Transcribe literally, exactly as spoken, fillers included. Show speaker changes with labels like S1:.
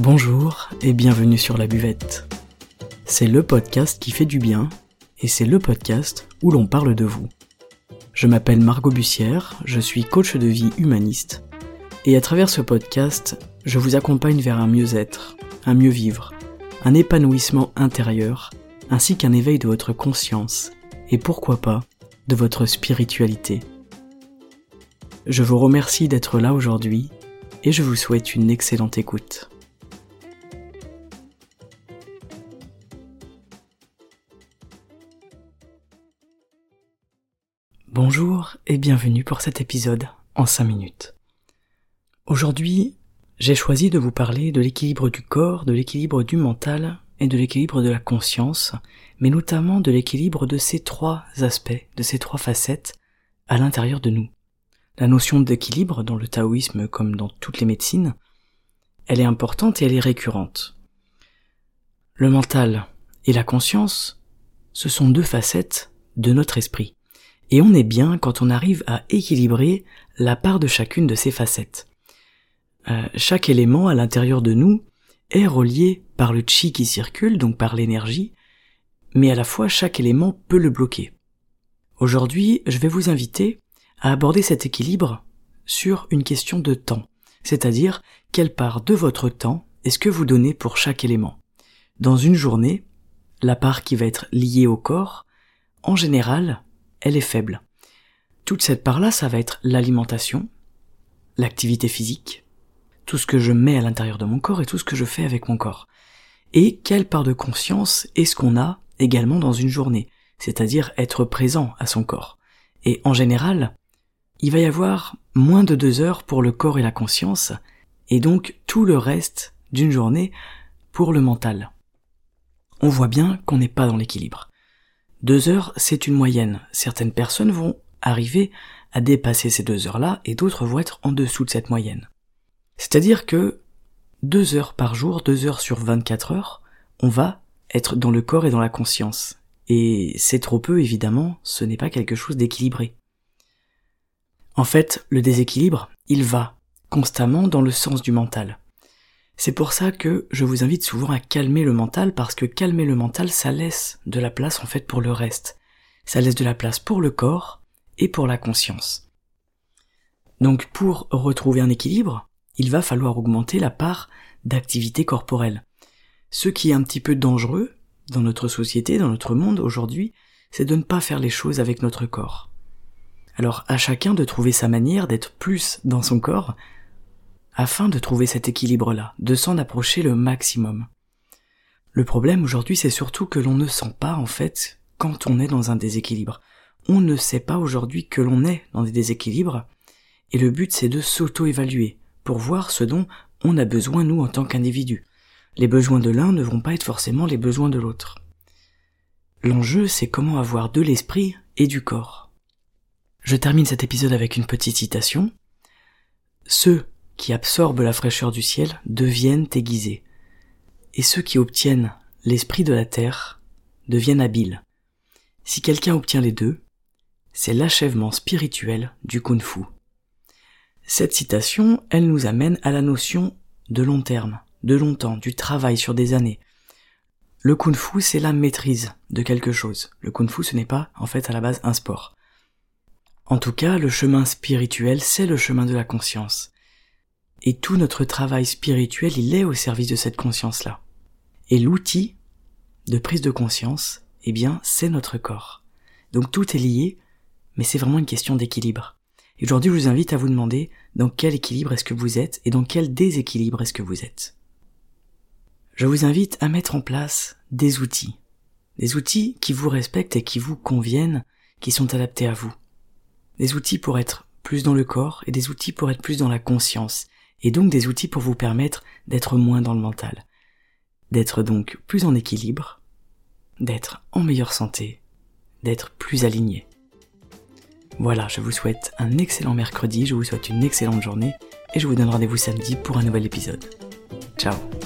S1: Bonjour et bienvenue sur La Buvette. C'est le podcast qui fait du bien et c'est le podcast où l'on parle de vous. Je m'appelle Margot Bussière, je suis coach de vie humaniste et à travers ce podcast, je vous accompagne vers un mieux-être, un mieux vivre, un épanouissement intérieur ainsi qu'un éveil de votre conscience et pourquoi pas de votre spiritualité. Je vous remercie d'être là aujourd'hui et je vous souhaite une excellente écoute. Bonjour et bienvenue pour cet épisode en cinq minutes. Aujourd'hui, j'ai choisi de vous parler de l'équilibre du corps, de l'équilibre du mental et de l'équilibre de la conscience, mais notamment de l'équilibre de ces trois aspects, de ces trois facettes à l'intérieur de nous. La notion d'équilibre, dans le taoïsme comme dans toutes les médecines, elle est importante et elle est récurrente. Le mental et la conscience, ce sont deux facettes de notre esprit. Et on est bien quand on arrive à équilibrer la part de chacune de ces facettes. Euh, chaque élément à l'intérieur de nous est relié par le chi qui circule, donc par l'énergie, mais à la fois chaque élément peut le bloquer. Aujourd'hui, je vais vous inviter à aborder cet équilibre sur une question de temps, c'est-à-dire quelle part de votre temps est-ce que vous donnez pour chaque élément. Dans une journée, la part qui va être liée au corps, en général, elle est faible. Toute cette part-là, ça va être l'alimentation, l'activité physique, tout ce que je mets à l'intérieur de mon corps et tout ce que je fais avec mon corps. Et quelle part de conscience est-ce qu'on a également dans une journée, c'est-à-dire être présent à son corps. Et en général, il va y avoir moins de deux heures pour le corps et la conscience, et donc tout le reste d'une journée pour le mental. On voit bien qu'on n'est pas dans l'équilibre. Deux heures, c'est une moyenne. Certaines personnes vont arriver à dépasser ces deux heures-là et d'autres vont être en dessous de cette moyenne. C'est-à-dire que deux heures par jour, deux heures sur vingt-quatre heures, on va être dans le corps et dans la conscience. Et c'est trop peu, évidemment, ce n'est pas quelque chose d'équilibré. En fait, le déséquilibre, il va constamment dans le sens du mental. C'est pour ça que je vous invite souvent à calmer le mental, parce que calmer le mental, ça laisse de la place en fait pour le reste. Ça laisse de la place pour le corps et pour la conscience. Donc pour retrouver un équilibre, il va falloir augmenter la part d'activité corporelle. Ce qui est un petit peu dangereux dans notre société, dans notre monde aujourd'hui, c'est de ne pas faire les choses avec notre corps. Alors à chacun de trouver sa manière d'être plus dans son corps, afin de trouver cet équilibre-là, de s'en approcher le maximum. Le problème aujourd'hui, c'est surtout que l'on ne sent pas, en fait, quand on est dans un déséquilibre. On ne sait pas aujourd'hui que l'on est dans des déséquilibres, et le but c'est de s'auto-évaluer, pour voir ce dont on a besoin nous en tant qu'individu. Les besoins de l'un ne vont pas être forcément les besoins de l'autre. L'enjeu, c'est comment avoir de l'esprit et du corps. Je termine cet épisode avec une petite citation. Ceux qui absorbent la fraîcheur du ciel deviennent aiguisés, et ceux qui obtiennent l'esprit de la terre deviennent habiles. Si quelqu'un obtient les deux, c'est l'achèvement spirituel du kung-fu. Cette citation, elle nous amène à la notion de long terme, de longtemps, du travail sur des années. Le kung-fu, c'est la maîtrise de quelque chose. Le kung-fu, ce n'est pas, en fait, à la base, un sport. En tout cas, le chemin spirituel, c'est le chemin de la conscience. Et tout notre travail spirituel, il est au service de cette conscience-là. Et l'outil de prise de conscience, eh bien, c'est notre corps. Donc tout est lié, mais c'est vraiment une question d'équilibre. Et aujourd'hui, je vous invite à vous demander dans quel équilibre est-ce que vous êtes et dans quel déséquilibre est-ce que vous êtes. Je vous invite à mettre en place des outils. Des outils qui vous respectent et qui vous conviennent, qui sont adaptés à vous. Des outils pour être plus dans le corps et des outils pour être plus dans la conscience. Et donc des outils pour vous permettre d'être moins dans le mental, d'être donc plus en équilibre, d'être en meilleure santé, d'être plus aligné. Voilà, je vous souhaite un excellent mercredi, je vous souhaite une excellente journée, et je vous donne rendez-vous samedi pour un nouvel épisode. Ciao.